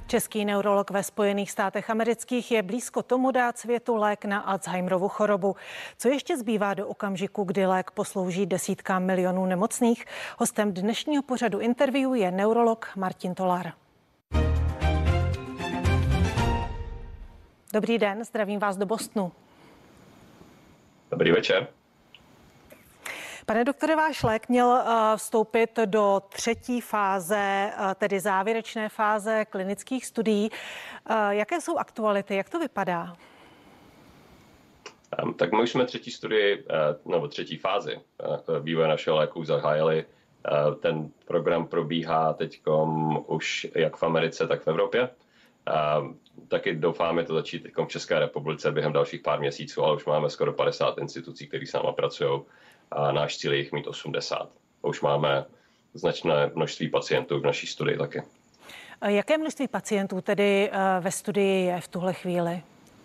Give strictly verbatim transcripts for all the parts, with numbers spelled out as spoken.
Český neurolog ve Spojených státech amerických je blízko tomu dát světu lék na Alzheimerovu chorobu. Co ještě zbývá do okamžiku, kdy lék poslouží desítkám milionů nemocných? Hostem dnešního pořadu interview je neurolog Martin Tolar. Dobrý den, zdravím vás do Bostonu. Dobrý večer. Pane doktore, váš lék měl vstoupit do třetí fáze, tedy závěrečné fáze klinických studií. Jaké jsou aktuality? Jak to vypadá? Tak my už jsme třetí studii, nebo třetí fázi vývoje našeho léku zahájili. Ten program probíhá teď už jak v Americe, tak v Evropě. Taky doufáme to začít teď v České republice během dalších pár měsíců, ale už máme skoro padesát institucí, které s náma pracují. A náš cíl je jich mít osmdesát. A už máme značné množství pacientů v naší studii taky. Jaké množství pacientů tedy ve studii je v tuhle chvíli?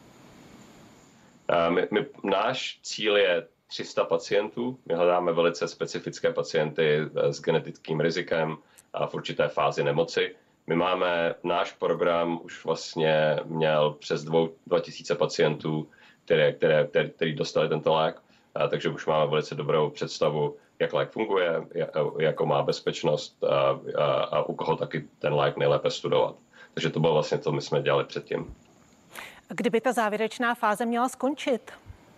My, my, náš cíl je tři sta pacientů. My hledáme velice specifické pacienty s genetickým rizikem a v určité fázi nemoci. My máme, náš program už vlastně měl přes dva tisíce pacientů, které, které, které, který dostali tento lék. A, takže už máme velice dobrou představu, jak lék funguje, jakou má bezpečnost a, a, a u koho taky ten lék nejlépe studovat. Takže to bylo vlastně to, my jsme dělali předtím. Kdyby ta závěrečná fáze měla skončit?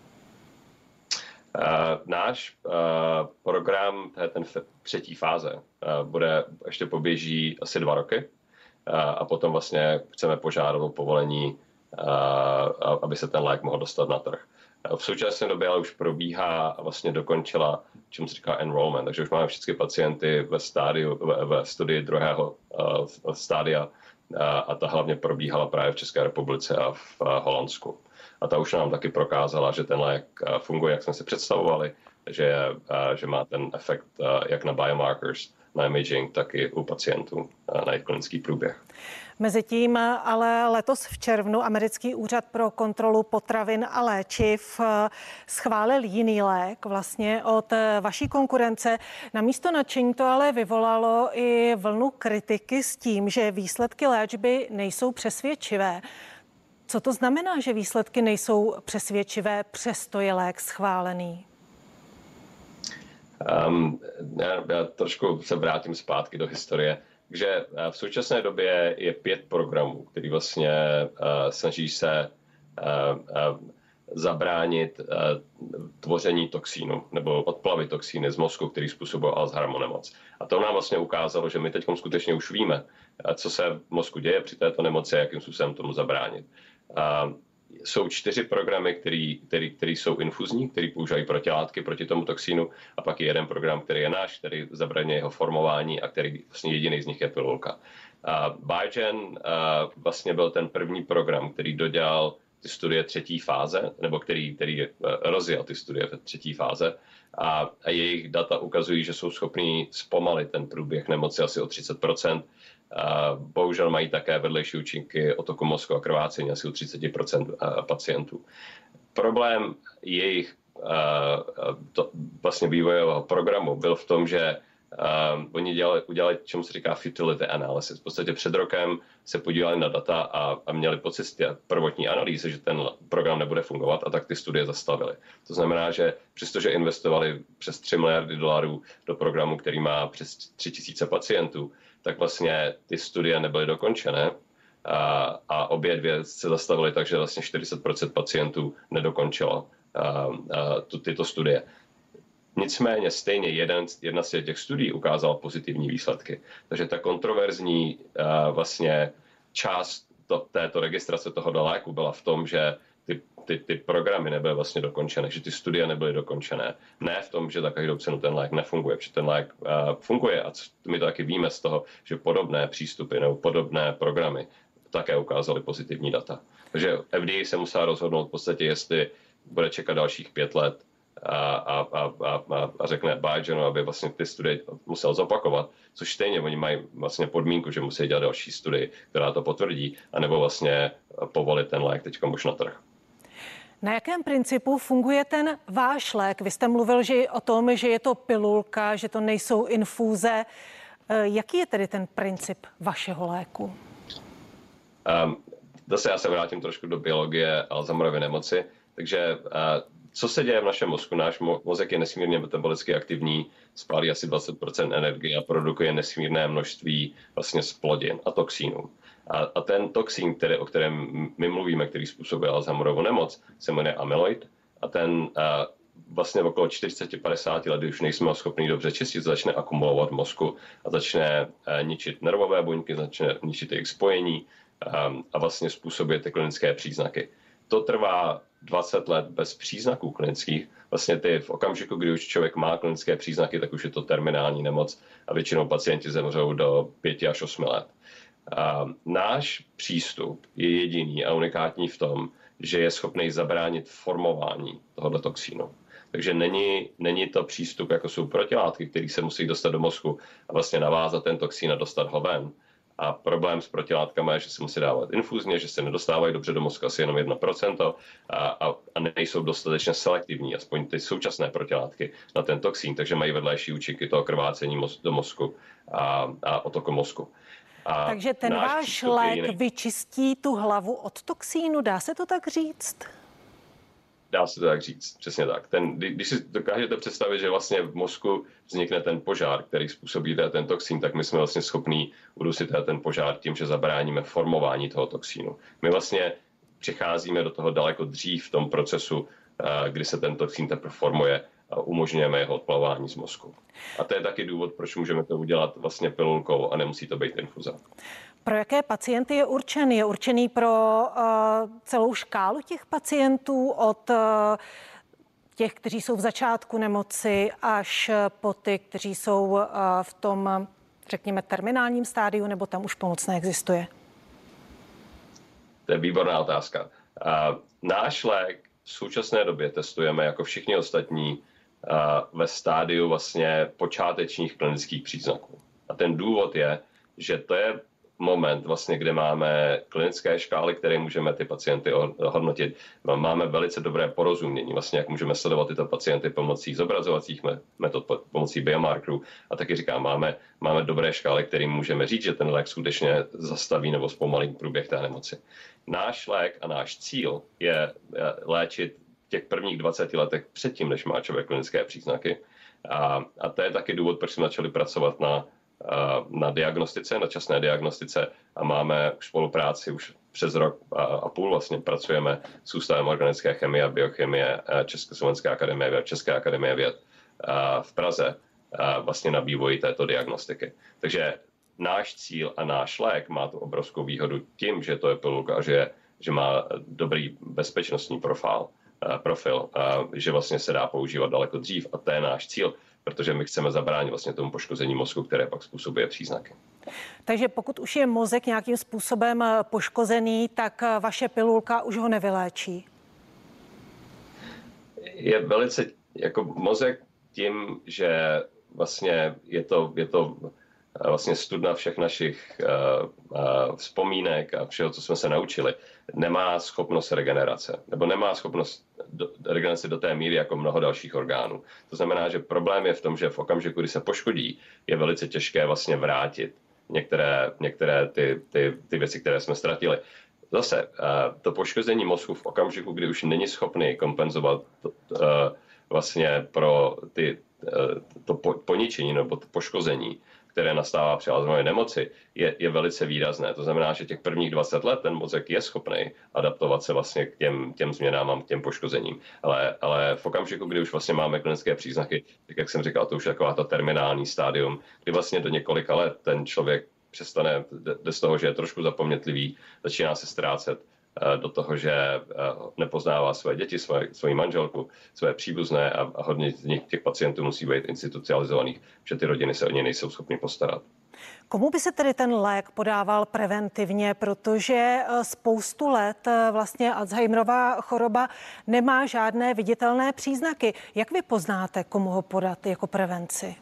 Uh, náš uh, program, ten třetí fáze, uh, bude ještě poběží asi dva roky uh, a potom vlastně chceme požádat o povolení, uh, aby se ten lék mohl dostat na trh. V současné době ale už probíhá a vlastně dokončila, čemu se říká enrollment, takže už máme všechny pacienty ve, stádiu, ve, ve studii druhého uh, stádia uh, a ta hlavně probíhala právě v České republice a v uh, Holandsku. A ta už nám taky prokázala, že ten lék uh, funguje, jak jsme si představovali, že, uh, že má ten efekt uh, jak na biomarkers, na imaging, tak i u pacientů uh, na jejich klinický průběh. Mezitím ale letos v červnu americký úřad pro kontrolu potravin a léčiv schválil jiný lék vlastně od vaší konkurence. Na místo nadšení to ale vyvolalo i vlnu kritiky s tím, že výsledky léčby nejsou přesvědčivé. Co to znamená, že výsledky nejsou přesvědčivé, přesto je lék schválený? Um, já, já trošku se vrátím zpátky do historie. Takže v současné době je pět programů, který vlastně uh, snaží se uh, uh, zabránit uh, tvoření toxínu nebo odplavy toxíny z mozku, který způsobuje Alzheimerovu nemoc. A to nám vlastně ukázalo, že my teď skutečně už víme, uh, co se v mozku děje při této nemoci a jakým způsobem tomu zabránit. Uh, Jsou čtyři programy, které jsou infuzní, které používají protilátky proti tomu toxínu, a pak je jeden program, který je náš, který zabraňuje jeho formování a který vlastně jediný z nich je pilulka. Uh, Biogen uh, vlastně byl ten první program, který dodělal ty studie třetí fáze, nebo který, který uh, rozjel ty studie v třetí fáze a, a jejich data ukazují, že jsou schopní zpomalit ten průběh nemoci asi o třicet procent. Uh, bohužel mají také vedlejší účinky otoku mozku a krvácení asi u třicet procent pacientů. Problém jejich uh, to, vlastně vývojového programu byl v tom, že uh, oni dělali, udělali, čemu se říká futility analysis. V podstatě před rokem se podívali na data a, a měli pocit z té prvotní analýzy, že ten program nebude fungovat, a tak ty studie zastavili. To znamená, že přestože investovali přes tři miliardy dolarů do programu, který má přes tři tisíce pacientů, tak vlastně ty studie nebyly dokončené a, a obě dvě se zastavily, takže vlastně čtyřicet procent pacientů nedokončilo a, a, tu, tyto studie. Nicméně stejně jeden, jedna z těch studií ukázala pozitivní výsledky. Takže ta kontroverzní a, vlastně část to, této registrace toho léku byla v tom, že ty, ty, ty programy nebyly vlastně dokončené, že ty studie nebyly dokončené. Ne v tom, že za každou cenu ten lék nefunguje, protože ten lék uh, funguje a my to taky víme z toho, že podobné přístupy nebo podobné programy také ukázaly pozitivní data. Takže F D A se musela rozhodnout v podstatě, jestli bude čekat dalších pět let a, a, a, a, a řekne Biogenu, aby vlastně ty studie musel zopakovat, což stejně oni mají vlastně podmínku, že musí dělat další studii, která to potvrdí, anebo vlastně povolit ten lék teď už na trh. Na jakém principu funguje ten váš lék? Vy jste mluvil že o tom, že je to pilulka, že to nejsou infúze. Jaký je tedy ten princip vašeho léku? Um, zase já se vrátím trošku do biologie Alzheimerovy nemoci. Takže uh, co se děje v našem mozku? Náš mo- mozek je nesmírně metabolicky aktivní, spálí asi dvacet procent energie a produkuje nesmírné množství vlastně splodin a toxínů. A, a ten toxín, který, o kterém my mluvíme, který způsobuje Alzheimerovu nemoc, se jmenuje amyloid a ten uh, vlastně v okolo čtyřicet až padesát let, když už nejsme ho schopni dobře čistit, začne akumulovat v mozku a začne uh, ničit nervové buňky, začne ničit jejich spojení um, a vlastně způsobuje ty klinické příznaky. To trvá dvacet let bez příznaků klinických. Vlastně ty v okamžiku, kdy už člověk má klinické příznaky, tak už je to terminální nemoc a většinou pacienti zemřou do pěti až osmi let. A náš přístup je jediný a unikátní v tom, že je schopný zabránit formování tohoto toxínu. Takže není, není to přístup, jako jsou protilátky, které se musí dostat do mozku a vlastně navázat ten toxín a dostat ho ven. A problém s protilátkami je, že se musí dávat infuzně, že se nedostávají dobře do mozku asi jenom jedno procento a, a, a nejsou dostatečně selektivní, aspoň ty současné protilátky na ten toxín, takže mají vedlejší účinky toho krvácení moz, do mozku a, a otoku mozku. A takže ten váš lék vyčistí tu hlavu od toxínu, dá se to tak říct? Dá se to tak říct, přesně tak. Ten, když si dokážete představit, že vlastně v mozku vznikne ten požár, který způsobí ten toxín, tak my jsme vlastně schopní udusit ten požár tím, že zabráníme formování toho toxínu. My vlastně přicházíme do toho daleko dřív v tom procesu, kdy se ten toxín teprve formuje a umožňujeme jeho odplavování z mozku. A to je taky důvod, proč můžeme to udělat vlastně pilulkou a nemusí to být infuze. Pro jaké pacienty je určen? Je určený pro uh, celou škálu těch pacientů od uh, těch, kteří jsou v začátku nemoci, až po ty, kteří jsou uh, v tom, řekněme, terminálním stádiu, nebo tam už pomoc neexistuje? To je výborná otázka. Uh, náš lék v současné době testujeme jako všichni ostatní uh, ve stádiu vlastně počátečních klinických příznaků. A ten důvod je, že to je moment, vlastně, kde máme klinické škály, které můžeme ty pacienty hodnotit. Máme velice dobré porozumění, vlastně, jak můžeme sledovat tyto pacienty pomocí zobrazovacích metod, pomocí biomarkerů. A taky říkám, máme, máme dobré škály, kterým můžeme říct, že ten lék skutečně zastaví nebo zpomalí průběh té nemoci. Náš lék a náš cíl je léčit v těch prvních dvaceti letech předtím, než má člověk klinické příznaky. A, a to je taky důvod, proč jsme začali pracovat na na diagnostice, na časné diagnostice a máme už spolupráci už přes rok a půl vlastně pracujeme s Ústavem organické chemie a biochemie Československé akademie věd, České akademie věd v Praze vlastně na vývoji této diagnostiky. Takže náš cíl a náš lék má tu obrovskou výhodu tím, že to je pilulka, že, že má dobrý bezpečnostní profil, profil, že vlastně se dá používat daleko dřív a to je náš cíl, protože my chceme zabránit vlastně tomu poškození mozku, které pak způsobuje příznaky. Takže pokud už je mozek nějakým způsobem poškozený, tak vaše pilulka už ho nevyléčí? Je velice, jako mozek tím, že vlastně je to, je to vlastně studna všech našich uh, uh, vzpomínek a všeho, co jsme se naučili, nemá schopnost regenerace, nebo nemá schopnost do, regenerace do té míry jako mnoho dalších orgánů. To znamená, že problém je v tom, že v okamžiku, kdy se poškodí, je velice těžké vlastně vrátit některé, některé ty, ty, ty věci, které jsme ztratili. Zase, uh, to poškození mozku v okamžiku, kdy už není schopný kompenzovat to, uh, vlastně pro ty, uh, to po, poničení nebo to poškození, které nastává při Alzheimerově nemoci, je, je velice výrazné. To znamená, že těch prvních dvacet let ten mozek je schopný adaptovat se vlastně k těm, těm změnám a k těm poškozením. Ale, ale v okamžiku, kdy už vlastně máme klinické příznaky, tak jak jsem říkal, to už je taková ta terminální stádium, kdy vlastně do několika let ten člověk přestane, jde z toho, že je trošku zapomnětlivý, začíná se ztrácet do toho, že nepoznává své děti, svoji, svoji manželku, své příbuzné a, a hodně z nich těch pacientů musí být institucionalizovaných, že ty rodiny se o ně nejsou schopny postarat. Komu by se tedy ten lék podával preventivně, protože spoustu let vlastně Alzheimerova choroba nemá žádné viditelné příznaky. Jak vy poznáte, komu ho podat jako prevenci?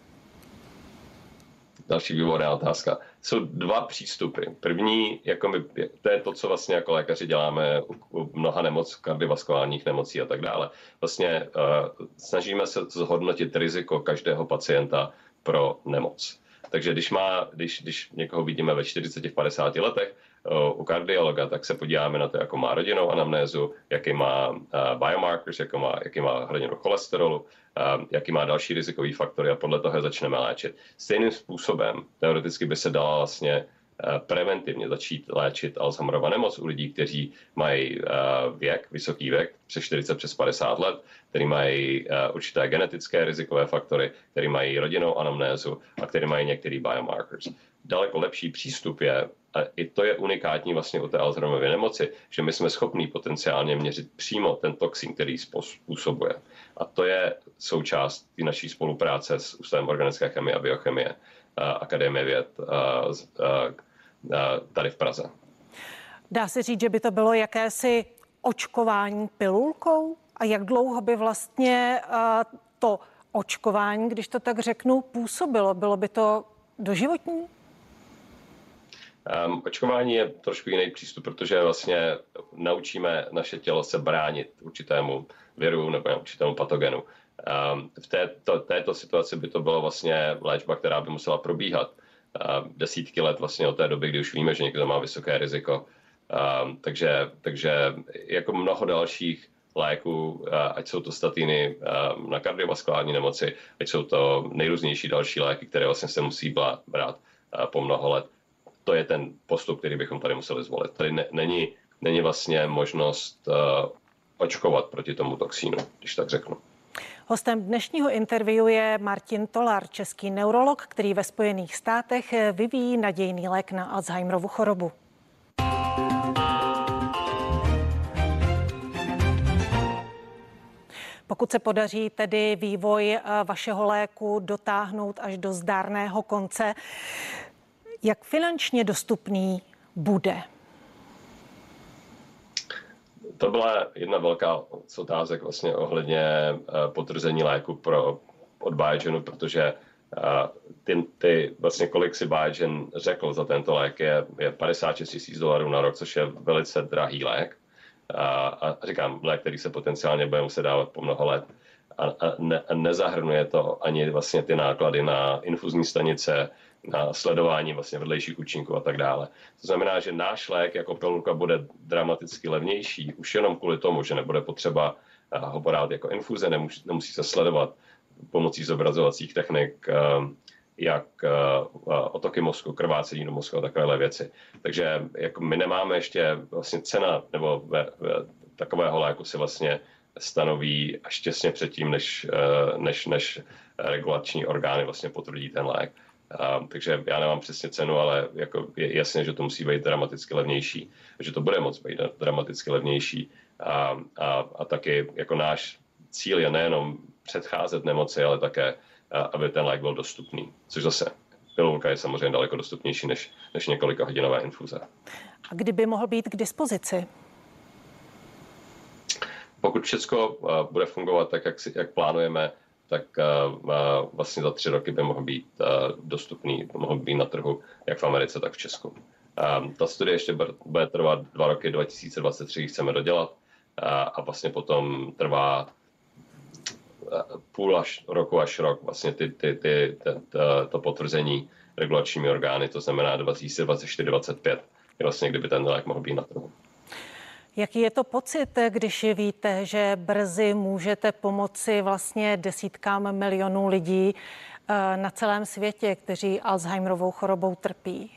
Další výborná otázka. Jsou dva přístupy. První, jako my, to je to, co vlastně jako lékaři děláme u, u mnoha nemoc, kardiovaskulárních nemocí a tak dále. Vlastně uh, snažíme se zhodnotit riziko každého pacienta pro nemoc. Takže když, má, když, když někoho vidíme ve čtyřiceti, padesáti letech u kardiologa, tak se podíváme na to, jakou má rodinnou anamnézu, jaký má biomarkers, jaký má, jaký má hladinu cholesterolu, jaký má další rizikový faktory a podle toho začneme léčit. Stejným způsobem teoreticky by se dala vlastně preventivně začít léčit Alzheimerova nemoc u lidí, kteří mají věk, vysoký věk, přes čtyřicet, přes padesát let, kteří mají určité genetické rizikové faktory, kteří mají rodinnou anamnézu a kteří mají některý biomarkers. Daleko lepší přístup je, a i to je unikátní vlastně u té Alzheimerovy nemoci, že my jsme schopní potenciálně měřit přímo ten toxin, který způsobuje. A to je součást naší spolupráce s Ústavem organické chemie a biochemie Akademie věd tady v Praze. Dá se říct, že by to bylo jakési očkování pilulkou? A jak dlouho by vlastně to očkování, když to tak řeknu, působilo? Bylo by to doživotní? Um, očkování je trošku jiný přístup, protože vlastně naučíme naše tělo se bránit určitému viru nebo určitému patogenu. Um, v této, této situaci by to bylo vlastně léčba, která by musela probíhat uh, desítky let vlastně od té doby, kdy už víme, že někdo má vysoké riziko. Um, takže, takže jako mnoho dalších léků, uh, ať jsou to statiny uh, na kardiovaskulární nemoci, ať jsou to nejrůznější další léky, které vlastně se musí brát uh, po mnoho let. To je ten postup, který bychom tady museli zvolit. Tady ne, není, není vlastně možnost uh, očkovat proti tomu toxínu, když tak řeknu. Hostem dnešního interview je Martin Tolar, český neurolog, který ve Spojených státech vyvíjí nadějný lék na Alzheimerovu chorobu. Pokud se podaří tedy vývoj vašeho léku dotáhnout až do zdárného konce, jak finančně dostupný bude? To byla jedna velká otázek vlastně ohledně potvrzení léku pro, od Biogenu, protože ty, ty vlastně kolik si Biogen řekl za tento lék je, je padesát šest tisíc dolarů na rok, což je velice drahý lék. A, a říkám, lék, který se potenciálně bude muset dávat po mnoho let. A, a, ne, a nezahrnuje to ani vlastně ty náklady na infuzní stanice, na sledování vlastně vedlejších účinků a tak dále. To znamená, že náš lék jako pilulka bude dramaticky levnější, už jenom kvůli tomu, že nebude potřeba ho podávat jako infuze, nemusí, nemusí se sledovat pomocí zobrazovacích technik, jak otoky mozku, krvácení do mozku a takovéhle věci. Takže jako my nemáme ještě vlastně cena nebo ve, ve takového léku si vlastně stanoví až těsně předtím, než, než, než regulační orgány vlastně potvrdí ten lék. Uh, takže já nemám přesně cenu, ale jako je jasné, že to musí být dramaticky levnější, že to bude moc být dramaticky levnější a, a, a taky jako náš cíl je nejenom předcházet nemoci, ale také, a, aby ten lék byl dostupný, což zase pilulka je samozřejmě daleko dostupnější než, než několika hodinové infuze. A kdyby mohl být k dispozici? Pokud všechno uh, bude fungovat tak, jak, si, jak plánujeme, tak uh, vlastně za tři roky by mohl být uh, dostupný, mohl být na trhu jak v Americe, tak v Česku. Um, ta studie ještě bude trvat dva roky, dva tisíce dvacet tři chceme dodělat uh, a vlastně potom trvá uh, půl až roku až rok vlastně ty, ty, ty, ty, ty, to potvrzení regulačními orgány, to znamená dva tisíce dvacet čtyři dvacet pět, je vlastně kdyby ten lék mohl být na trhu. Jaký je to pocit, když víte, že brzy můžete pomoci vlastně desítkám milionů lidí na celém světě, kteří Alzheimerovou chorobou trpí?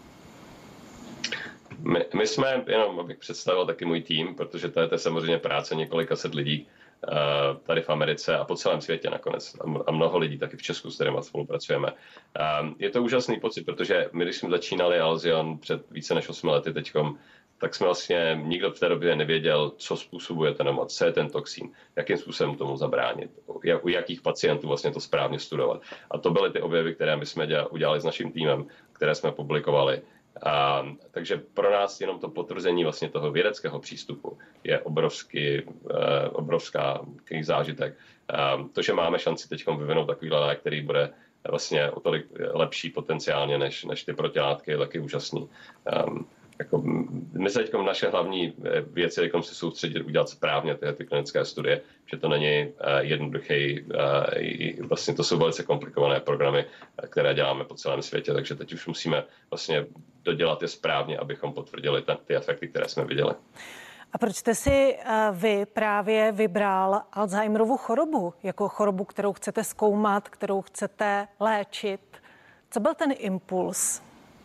My, my jsme, jenom abych představil taky můj tým, protože to je, to je samozřejmě práce několika set lidí tady v Americe a po celém světě nakonec. A mnoho lidí taky v Česku, s kterými spolupracujeme. Je to úžasný pocit, protože my, když jsme začínali Alzion před více než osmi lety teďkom, tak jsme vlastně nikdo v té době nevěděl, co způsobuje ten nemoc, co je ten toxín, jakým způsobem tomu zabránit, u jakých pacientů vlastně to správně studovat. A to byly ty objevy, které my jsme udělali s naším týmem, které jsme publikovali. A, takže pro nás jenom to potvrzení vlastně toho vědeckého přístupu je obrovský, obrovská zážitek. A to, že máme šanci teď vyvinout takový lék, který bude vlastně o tolik lepší potenciálně než, než ty protilátky, je taky úžasný. Um, jako, my se teďkom naše hlavní věci teďkom se soustředit, udělat správně ty, ty klinické studie, že to není uh, jednoduchý, uh, vlastně to jsou velice komplikované programy, které děláme po celém světě, takže teď už musíme vlastně dodělat je správně, abychom potvrdili ten, ty efekty, které jsme viděli. A proč jste si vy právě vybral Alzheimerovu chorobu jako chorobu, kterou chcete zkoumat, kterou chcete léčit? Co byl ten impuls?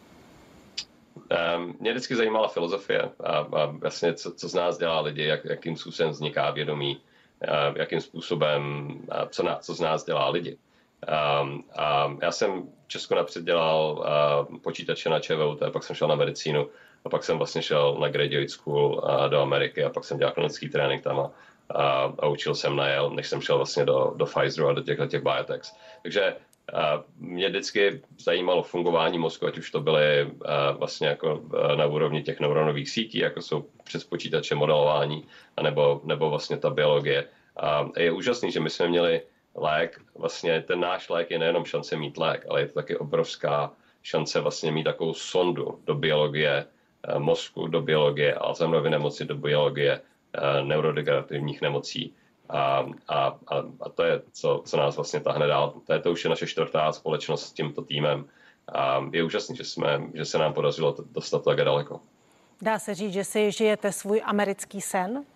Um, mě vždycky zajímala filozofie a, a vlastně co, co z nás dělá lidi, jak, jakým způsobem vzniká vědomí, a jakým způsobem, a co, na, co z nás dělá lidi. Um, a já jsem v Česku napřed dělal uh, počítače na ČVUT, pak jsem šel na medicínu a pak jsem vlastně šel na graduate school uh, do Ameriky a pak jsem dělal klinický trénink tam a, a, a učil jsem na Yale, než jsem šel vlastně do, do Pfizeru a do těchto těch biotechs. Takže uh, mě vždycky zajímalo fungování mozku, ať už to byly uh, vlastně jako uh, na úrovni těch neuronových sítí, jako jsou přes počítače modelování, anebo, nebo vlastně ta biologie. A je úžasný, že my jsme měli lék, vlastně ten náš lék je nejenom šance mít lék, ale je to taky obrovská šance vlastně mít takovou sondu do biologie mozku, do biologie Alzheimerovy nemoci, do biologie neurodegenerativních nemocí. A, a, a to je, co, co nás vlastně tahne dál. To je to už je naše čtvrtá společnost s tímto týmem. A je úžasný, že, jsme, že se nám podařilo dostat tak daleko. Dá se říct, že si žijete svůj americký sen?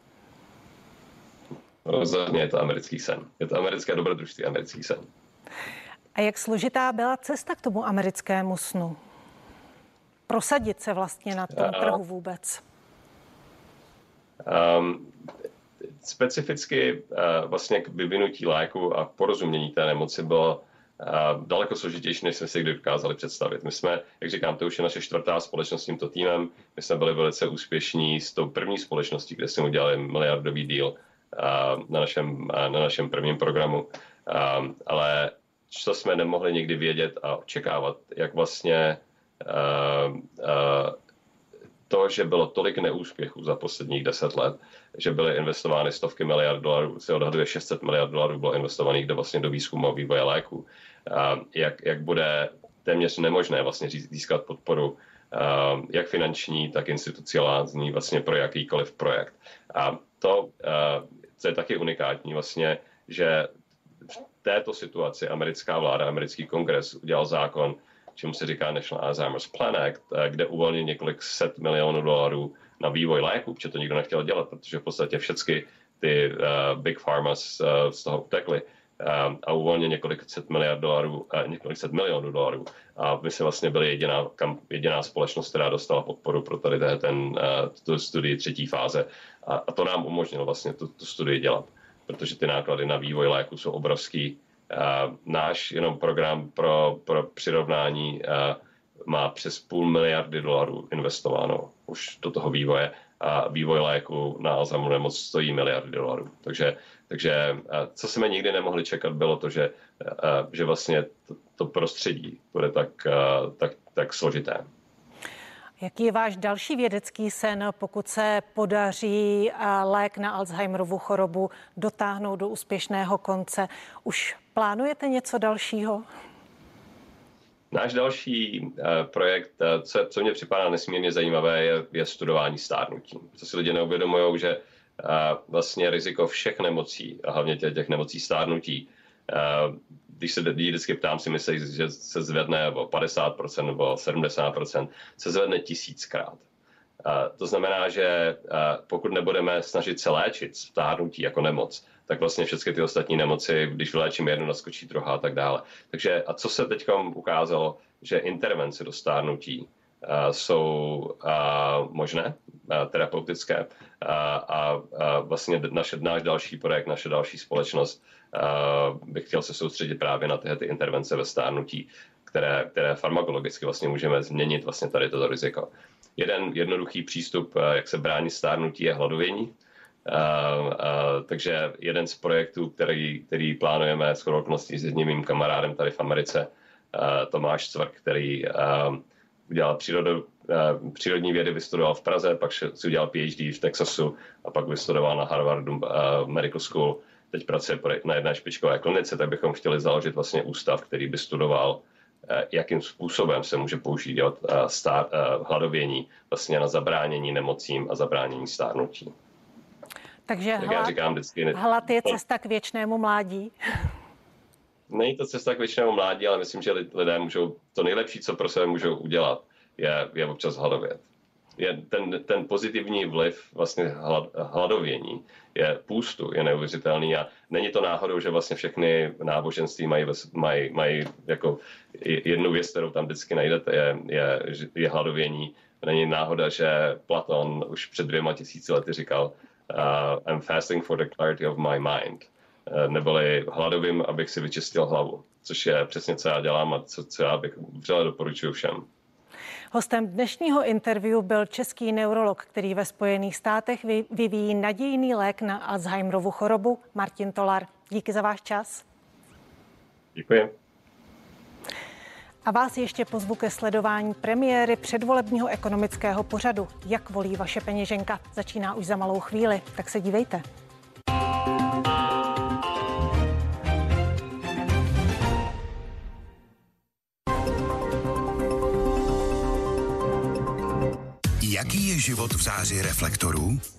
Rozhodně je to americký sen. Je to americké dobrodružství, americký sen. A jak složitá byla cesta k tomu americkému snu? Prosadit se vlastně na tom trhu vůbec? Um, specificky uh, vlastně k vyvinutí léku a porozumění té nemoci bylo uh, daleko složitější, než jsme si kdy dokázali představit. My jsme, jak říkám, to už je naše čtvrtá společnost s tímto týmem. My jsme byli velice úspěšní s tou první společností, kde jsme udělali miliardový deal na našem, na našem prvním programu. Ale co jsme nemohli nikdy vědět a očekávat, jak vlastně to, že bylo tolik neúspěchů za posledních deset let, že byly investovány stovky miliard dolarů, se odhaduje šest set miliard dolarů bylo investovaných do, vlastně do výzkumu a vývoje léků. Jak, jak bude téměř nemožné vlastně získat podporu jak finanční, tak institucionální vlastně pro jakýkoliv projekt. A to, co je taky unikátní vlastně, že v této situaci americká vláda, americký kongres udělal zákon, čemu se říká National Alzheimer's Plan Act, kde uvolnil několik set milionů dolarů na vývoj léků, protože to nikdo nechtěl dělat, protože v podstatě všechny ty uh, big pharmas uh, z toho utekly uh, a uvolnil několik set miliard dolarů, uh, několik set milionů dolarů. A my jsme vlastně byli jediná, kam, jediná společnost, která dostala podporu pro tady ten, uh, tu studii třetí fáze. A, a to nám umožnilo vlastně tu, tu studii dělat, protože ty náklady na vývoj léku jsou obrovský. Uh, náš jenom program pro, pro přirovnání uh, má přes půl miliardy dolarů investováno už do toho vývoje a vývoj léku na Alzheimerovu nemoc stojí miliardy dolarů. Takže, takže uh, co jsme nikdy nemohli čekat, bylo to, že, uh, že vlastně to, to prostředí bude tak, uh, tak, tak složité. Jaký je váš další vědecký sen, pokud se podaří lék na Alzheimerovu chorobu dotáhnout do úspěšného konce? Už plánujete něco dalšího? Náš další uh, projekt, uh, co, co mě připadá nesmírně zajímavé, je, je studování stárnutí. Co si lidé neuvědomují, že uh, vlastně riziko všech nemocí, a hlavně těch, těch nemocí stárnutí, uh, když se lidi vždycky ptám, si myslí, že se zvedne o padesát procent nebo sedmdesát procent, se zvedne tisíckrát. Uh, to znamená, že uh, pokud nebudeme snažit se léčit stárnutí jako nemoc, tak vlastně všechny ty ostatní nemoci, když vyléčíme jednu, naskočí druhá a tak dále. Takže a co se teď ukázalo, že intervence do stárnutí uh, jsou uh, možné, uh, terapeutické uh, a uh, vlastně naše, náš další projekt, naše další společnost uh, bych chtěl se soustředit právě na tyhle ty intervence ve stárnutí, které, které farmakologicky vlastně můžeme změnit vlastně tady toto riziko. Jeden jednoduchý přístup, uh, jak se bránit stárnutí, je hladovění. Uh, uh, takže jeden z projektů, který, který plánujeme s okolností s jedním mým kamarádem tady v Americe, uh, Tomáš Cvrk, který uh, udělal přírodu, uh, přírodní vědy, vystudoval v Praze, pak si udělal PhD v Texasu a pak vystudoval na Harvardu uh, Medical School. Teď pracuje na jedné špičkové klinice, tak bychom chtěli založit vlastně ústav, který by studoval jakým způsobem se může používat stár, hladovění vlastně na zabránění nemocím a zabránění stárnutí. Takže hlad, říkám vždycky, hlad je cesta k věčnému mládí? Není to cesta k věčnému mládí, ale myslím, že lidé můžou, to nejlepší, co pro sebe můžou udělat, je, je občas hladovět. Je ten, ten pozitivní vliv vlastně hlad, hladovění je půstu, je neuvěřitelný a není to náhodou, že vlastně všechny náboženství mají, mají, mají jako jednu věc, kterou tam vždycky najdete, je, je, je hladovění. Není náhoda, že Platon už před dvěma tisíci lety říkal uh, I'm fasting for the clarity of my mind. Uh, neboli hladovým, abych si vyčistil hlavu, což je přesně, co já dělám a co, co já bych vřele doporučuji všem. Hostem dnešního interview byl český neurolog, který ve Spojených státech vyvíjí nadějný lék na Alzheimerovu chorobu, Martin Tolar. Díky za váš čas. Děkuji. A vás ještě pozvu ke sledování premiéry předvolebního ekonomického pořadu. Jak volí vaše peněženka? Začíná už za malou chvíli, tak se dívejte. Jaký je život v záři reflektorů?